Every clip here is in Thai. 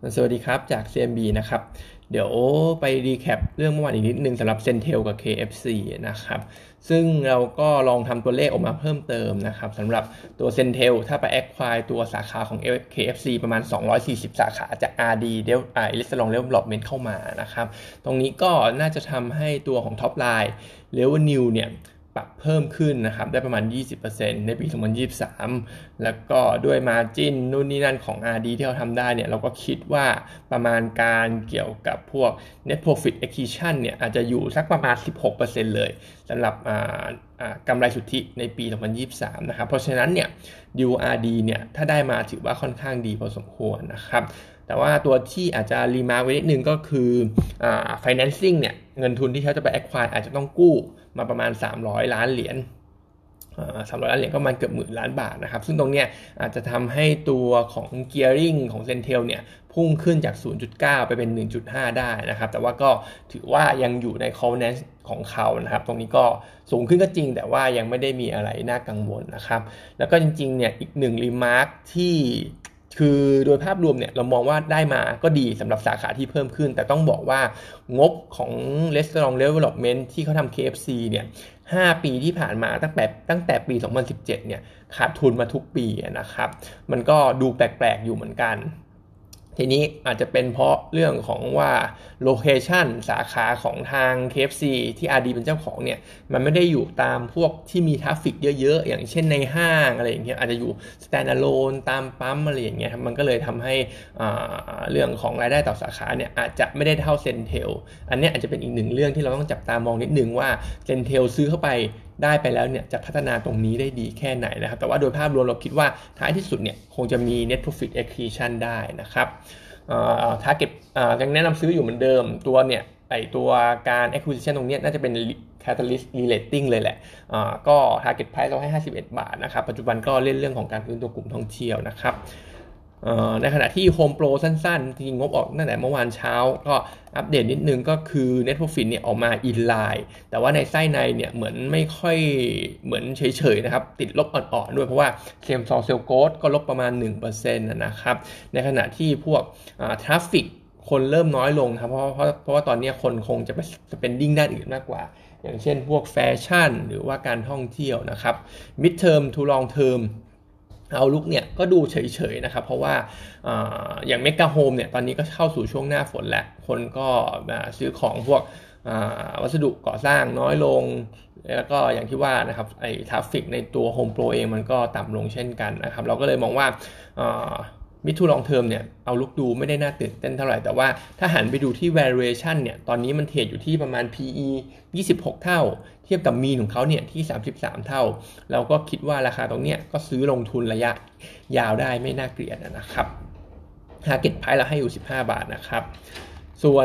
สวัสดีครับจาก CMB นะครับเดี๋ยวไปรีแคปเรื่องเมื่อวานอีกนิดนึงสำหรับ Centel กับ KFC นะครับซึ่งเราก็ลองทำตัวเลขออกมาเพิ่มเติมนะครับสำหรับตัว Centel ถ้าไป acquire ตัวสาขาของ KFC ประมาณ240สาขาจาก RD Restaurant Development เข้ามานะครับตรงนี้ก็น่าจะทำให้ตัวของ Top Line Revenue เนี่ยปรับเพิ่มขึ้นนะครับได้ประมาณ 20% ในปี 2023 แล้วก็ด้วย Margin นู่นนี่นั่นของ RD ที่เขาทำได้เนี่ยเราก็คิดว่าประมาณการเกี่ยวกับพวก Net Profit Accretion เนี่ยอาจจะอยู่สักประมาณ 16% เลยสำหรับกำไรสุทธิในปี 2023 นะครับเพราะฉะนั้นเนี่ยดิว RD เนี่ยถ้าได้มาถือว่าค่อนข้างดีพอสมควรนะครับแต่ว่าตัวที่อาจจะรีมาร์คไว้นิดนึงก็คือfinancing เนี่ยเงินทุนที่เขาจะไป acquire อาจจะต้องกู้มาประมาณ300 ล้านเหรียญ300 ล้านเหรียญก็ประมาณเกือบ10,000 ล้านบาทนะครับซึ่งตรงเนี้ยอาจจะทำให้ตัวของ gearing ของ Centel เนี่ยพุ่งขึ้นจาก 0.9 ไปเป็น 1.5 ได้นะครับแต่ว่าก็ถือว่ายังอยู่ใน covenant ของเขานะครับตรงนี้ก็สูงขึ้นก็จริงแต่ว่ายังไม่ได้มีอะไรน่ากังวลนะครับแล้วก็จริงๆเนี่ยอีกหนึ่ง remark ที่คือโดยภาพรวมเนี่ยเรามองว่าได้มาก็ดีสำหรับสาขาที่เพิ่มขึ้นแต่ต้องบอกว่างบของ Restaurant Development ที่เขาทำ KFC เนี่ย5 ปีที่ผ่านมาตั้งแต่ปี 2017 เนี่ยขาดทุนมาทุกปีนะครับมันก็ดูแปลกๆอยู่เหมือนกันทีนี้อาจจะเป็นเพราะเรื่องของว่าโลเคชันสาขาของทาง KFC ที่ RD เป็นเจ้าของเนี่ยมันไม่ได้อยู่ตามพวกที่มีทราฟฟิกเยอะๆอย่างเช่นในห้างอะไรอย่างเงี้ยอาจจะอยู่ standalone ตามปั๊มอะไรอย่างเงี้ยมันก็เลยทำให้เรื่องของรายได้ต่อสาขาเนี่ยอาจจะไม่ได้เท่า Centel อันนี้อาจจะเป็นอีกหนึ่งเรื่องที่เราต้องจับตามองนิดนึงว่า Centel ซื้อเข้าไปได้ไปแล้วเนี่ยจะพัฒนาตรงนี้ได้ดีแค่ไหนนะครับแต่ว่าโดยภาพรวมเราคิดว่าท้ายที่สุดเนี่ยคงจะมี net profit accretion ได้นะครับtarget ยังแนะนำซื้ออยู่เหมือนเดิมตัวเนี่ยตัวการ acquisition ตรงนี้น่าจะเป็น catalyst relating เลยแหละก็ target price เราให้51 บาทนะครับปัจจุบันก็เล่นเรื่องของการฟื้นตัวกลุ่มท่องเที่ยวนะครับในขณะที่ Home Pro สั้นๆจริงงบออกตั้งแต่เมื่อวานเช้าก็อัปเดตนิดนึงก็คือ Net Profit เนี่ยออกมา inline แต่ว่าในไส้ในเนี่ยเหมือนไม่ค่อยเหมือนเฉยๆนะครับติดลบอ่อนๆด้วยเพราะว่า Same Store Sales Growth ก็ลบประมาณ 1% นะครับในขณะที่พวกTraffic คนเริ่มน้อยลงครับเพราะว่าตอนนี้คนคงจะไป spending ด้านอื่นมากกว่าอย่างเช่นพวกแฟชั่นหรือว่าการท่องเที่ยวนะครับ Mid Term to Long Termเอาลุกเนี่ยก็ดูเฉยๆนะครับเพราะว่าอย่างเมกะโฮมเนี่ยตอนนี้ก็เข้าสู่ช่วงหน้าฝนแล้วคนก็ซื้อของพวกวัสดุก่อสร้างน้อยลงแล้วก็อย่างที่ว่านะครับทราฟฟิกในตัว Home Pro เองมันก็ต่ำลงเช่นกันนะครับเราก็เลยมองว่าmid to long term เนี่ยเอาลุกดูไม่ได้น่าตื่นเต้นเท่าไหร่แต่ว่าถ้าหันไปดูที่ valuation เนี่ยตอนนี้มันเทรดอยู่ที่ประมาณ PE 26 เท่าเทียบกับมีนของเขาเนี่ยที่33 เท่าเราก็คิดว่าราคาตรงเนี้ยก็ซื้อลงทุนระยะยาวได้ไม่น่าเกลียดนะครับ target price เราให้อยู่15 บาทนะครับส่วน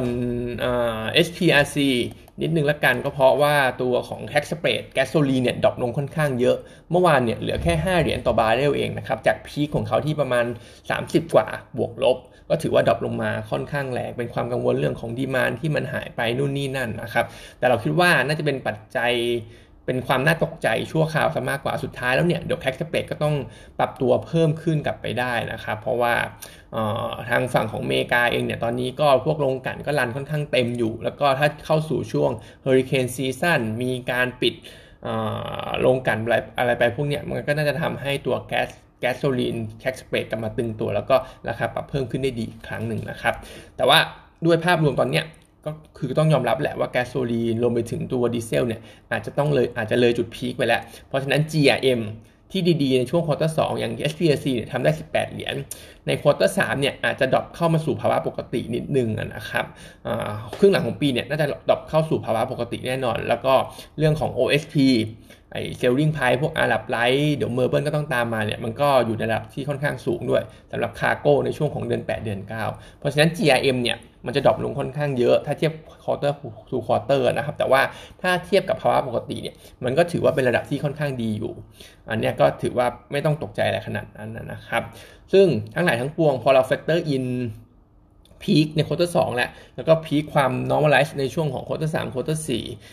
SPRC นิดนึงละกันก็เพราะว่าตัวของ tax spread แก๊สโซลีนเนี่ยดรอปลงค่อนข้างเยอะเมื่อวานเนี่ยเหลือแค่$5ต่อบาร์เรลเองนะครับจากพีคของเขาที่ประมาณ30 กว่าบวกลบก็ถือว่าดรอปลงมาค่อนข้างแรงเป็นความกังวลเรื่องของดีมานด์ที่มันหายไปนู่นนี่นั่นนะครับแต่เราคิดว่าน่าจะเป็นปัจจัยเป็นความน่าตกใจชั่วคราวซะมากกว่าสุดท้ายแล้วเนี่ยเดี๋ยวแท็กสเปรดก็ต้องปรับตัวเพิ่มขึ้นกลับไปได้นะครับเพราะว่าทางฝั่งของอเมริกาเองเนี่ยตอนนี้ก็พวกโรงกลั่นก็รันค่อนข้างเต็มอยู่แล้วก็ถ้าเข้าสู่ช่วงเฮอริเคนซีซั่นมีการปิดโรงกลั่นอะไรไปพวกเนี้ยมันก็น่าจะทำให้ตัวแก๊สโซลีนแท็กสเปรดกลับมาตึงตัวแล้วก็ราคาปรับเพิ่มขึ้นได้ดีอีกครั้งหนึ่งนะครับแต่ว่าด้วยภาพรวมตอนเนี้ยก็คือต้องยอมรับแหละว่าแก๊สโซลีนรวมไปถึงตัวดีเซลเนี่ยอาจจะเลยจุดพีคไปแล้วเพราะฉะนั้น GRM ที่ดีๆในช่วงควอเตอร์2อย่าง SPRC เนี่ยทำได้18 เหรียญในควอเตอร์3เนี่ยอาจจะดรอปเข้ามาสู่ภาวะปกตินิดนึงนะครับครึ่งหลังของปีเนี่ยน่าจะดรอปเข้าสู่ภาวะปกติแน่นอนแล้วก็เรื่องของ OSP เซลลิ่งไพร์พวกอาหรับไลท์เดี๋ยวเมอร์เบิลก็ต้องตามมาเนี่ยมันก็อยู่ในระดับที่ค่อนข้างสูงด้วยสำหรับคาร์โก้ในช่วงของเดือน8เดือน9เพราะฉะนั้น GRM เนี่ยมันจะดรอปลงค่อนข้างเยอะถ้าเทียบ quarter to quarter นะครับแต่ว่าถ้าเทียบกับภาวะปกติเนี่ยมันก็ถือว่าเป็นระดับที่ค่อนข้างดีอยู่อันนี้ก็ถือว่าไม่ต้องตกใจอะไรขนาดนั้นนะครับซึ่งทั้งหลายทั้งปวงพอเรา factor inพีคในควอเตอร์2แล้วก็พีคความ normalize ในช่วงของควอเตอร์3ควอเตอร์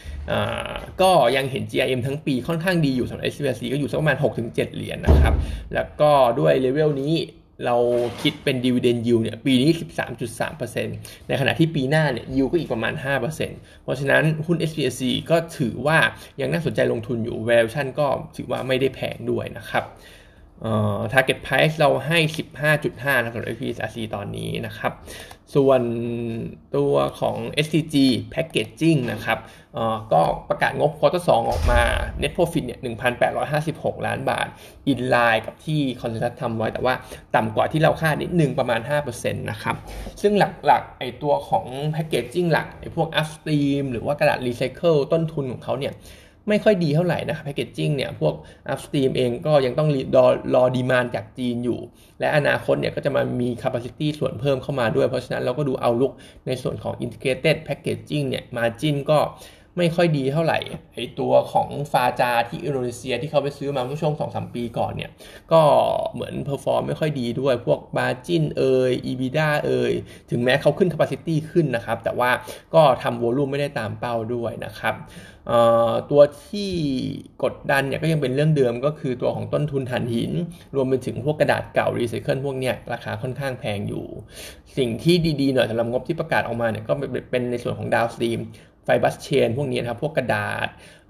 4ก็ยังเห็น GRM ทั้งปีค่อนข้างดีอยู่สำหรับ SPRC ก็อยู่สักประมาณ 6-7 เหรียญนะครับแล้วก็ด้วยเลเวลนี้เราคิดเป็น dividend yield เนี่ยปีนี้ 13.3% ในขณะที่ปีหน้าเนี่ย yield ก็อีกประมาณ 5% เพราะฉะนั้นหุ้น SPSC ก็ถือว่ายังน่าสนใจลงทุนอยู่ valuation ก็ถือว่าไม่ได้แพงด้วยนะครับtarget price เราให้ 15.5 นะสำหรับ SPSC ตอนนี้นะครับส่วนตัวของ SCG Packaging นะครับก็ประกาศงบ Quarter 2 ออกมา Net Profit เนี่ย 1,856 ล้านบาท in line กับที่ Consensus ทำไว้แต่ว่าต่ำกว่าที่เราคาดนิดนึงประมาณ 5% นะครับซึ่งหลักๆไอตัวของ Packaging หลักไอพวก Upstream หรือว่ากระดาษ Recycle ต้นทุนของเขาเนี่ยไม่ค่อยดีเท่าไหร่นะครับ Packaging เนี่ยพวก Upstream เองก็ยังต้องรอดีมานด์จากจีนอยู่และอนาคตเนี่ยก็จะมามี capacity ส่วนเพิ่มเข้ามาด้วยเพราะฉะนั้นเราก็ดูเอาลุกในส่วนของ Integrated Packaging เนี่ย margin ก็ไม่ค่อยดีเท่าไหร่ไอตัวของฟาจาที่อินโดนีเซียที่เขาไปซื้อมาเมื่อช่วง 2-3 ปีก่อนเนี่ยก็เหมือนเพอร์ฟอร์มไม่ค่อยดีด้วยพวก margin EBITDA ถึงแม้เขาขึ้น capacity ขึ้นนะครับแต่ว่าก็ทำ volume ไม่ได้ตามเป้าด้วยนะครับตัวที่กดดันเนี่ยก็ยังเป็นเรื่องเดิมก็คือตัวของต้นทุนถ่านหินรวมไปถึงพวกกระดาษเก่ารีไซเคิลพวกเนี้ยราคาค่อนข้างแพงอยู่สิ่งที่ดีๆหน่อยสำหรับงบที่ประกาศออกมาเนี่ยก็เป็นในส่วนของดาวสตรีมไฟบัสเชนพวกนี้นะครับพวกกระดาษ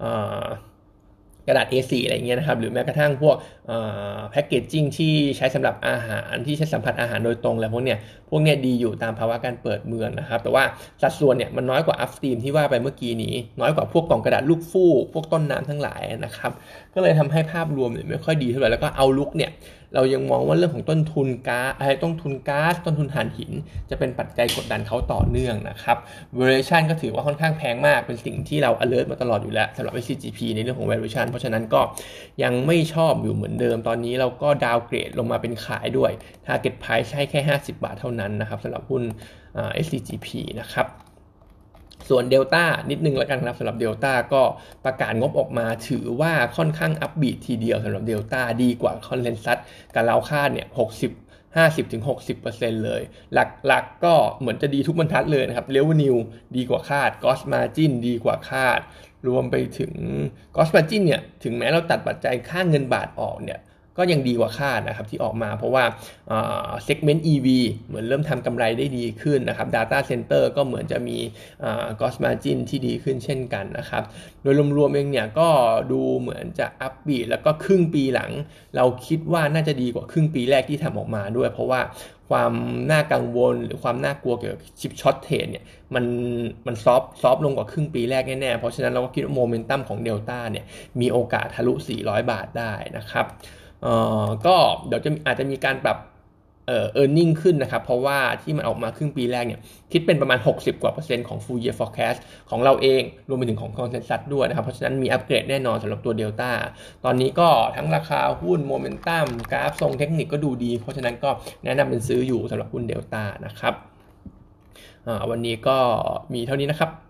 A4 อะไรเงี้ยนะครับหรือแม้กระทั่งพวกแพคเกจจิ้งที่ใช้สำหรับอาหารที่ใช้สัมผัสอาหารโดยตรงอะไรพวกเนี้ยดีอยู่ตามภาวะการเปิดเมืองนะครับแต่ว่าสัดส่วนเนี่ยมันน้อยกว่าอัพสตรีมที่ว่าไปเมื่อกี้นี้น้อยกว่าพวกกล่องกระดาษลูกฟูกพวกต้นน้ำทั้งหลายนะครับก็เลยทำให้ภาพรวมเนี่ยไม่ค่อยดีเท่าไหร่แล้วก็เอาลุกเนี่ยเรายังมองว่าเรื่องของต้นทุนก๊าซต้นทุนถ่านหินจะเป็นปัจจัยกดดันเขาต่อเนื่องนะครับ valuation ก็ถือว่าค่อนข้างแพงมากเป็นสิ่งที่เรา alert มาตลอดอยู่แล้วสำหรับ SCGP ในเรื่องของ valuation เพราะฉะนั้นก็ยังไม่ชอบอยู่เหมือนเดิมตอนนี้เราก็ดาวเกรดลงมาเป็นขายด้วย target price ให้แค่50 บาทเท่านั้นนะครับสำหรับหุ้นSCGP นะครับส่วน Delta นิดนึงแล้วกันครับสำหรับ Delta ก็ประกาศงบออกมาถือว่าค่อนข้างอัพบีททีเดียวสำหรับ Delta ดีกว่า Consensus กับเราคาดเนี่ย50-60% เลยหลักก็เหมือนจะดีทุกบรรทัดเลยนะครับ Revenue ดีกว่าคาด Gross Margin ดีกว่าคาดรวมไปถึง Gross Margin เนี่ยถึงแม้เราตัดปัจจัยค่าเงินบาทออกเนี่ยก็ยังดีกว่าคาดนะครับที่ออกมาเพราะว่าsegment EV เหมือนเริ่มทำกำไรได้ดีขึ้นนะครับ Data Center ก็เหมือนจะมีgross margin ที่ดีขึ้นเช่นกันนะครับโดยรวมๆเองเนี่ยก็ดูเหมือนจะอัพบีทแล้วก็ครึ่งปีหลังเราคิดว่าน่าจะดีกว่าครึ่งปีแรกที่ทำออกมาด้วยเพราะว่าความน่ากังวลหรือความน่ากลัวเกี่ยวกับชิปช็อตเทรดเนี่ยมันซอฟลงกว่าครึ่งปีแรกแน่ๆเพราะฉะนั้นเราก็คิดว่าโมเมนตัมของ Delta เนี่ยมีโอกาสทะลุ400 บาทได้นะครับก็เดี๋ยวอาจจะมีการปรับearning ขึ้นนะครับเพราะว่าที่มันออกมาครึ่งปีแรกเนี่ยคิดเป็นประมาณ60%กว่าของ full year forecast ของเราเองรวมไปถึงของ consensus ด้วยนะครับเพราะฉะนั้นมีอัปเกรดแน่นอนสำหรับตัว Delta ตอนนี้ก็ทั้งราคาหุ้นโมเมนตัมกราฟทรงเทคนิคก็ดูดีเพราะฉะนั้นก็แนะนำเป็นซื้ออยู่สำหรับหุ้น Delta นะครับวันนี้ก็มีเท่านี้นะครับ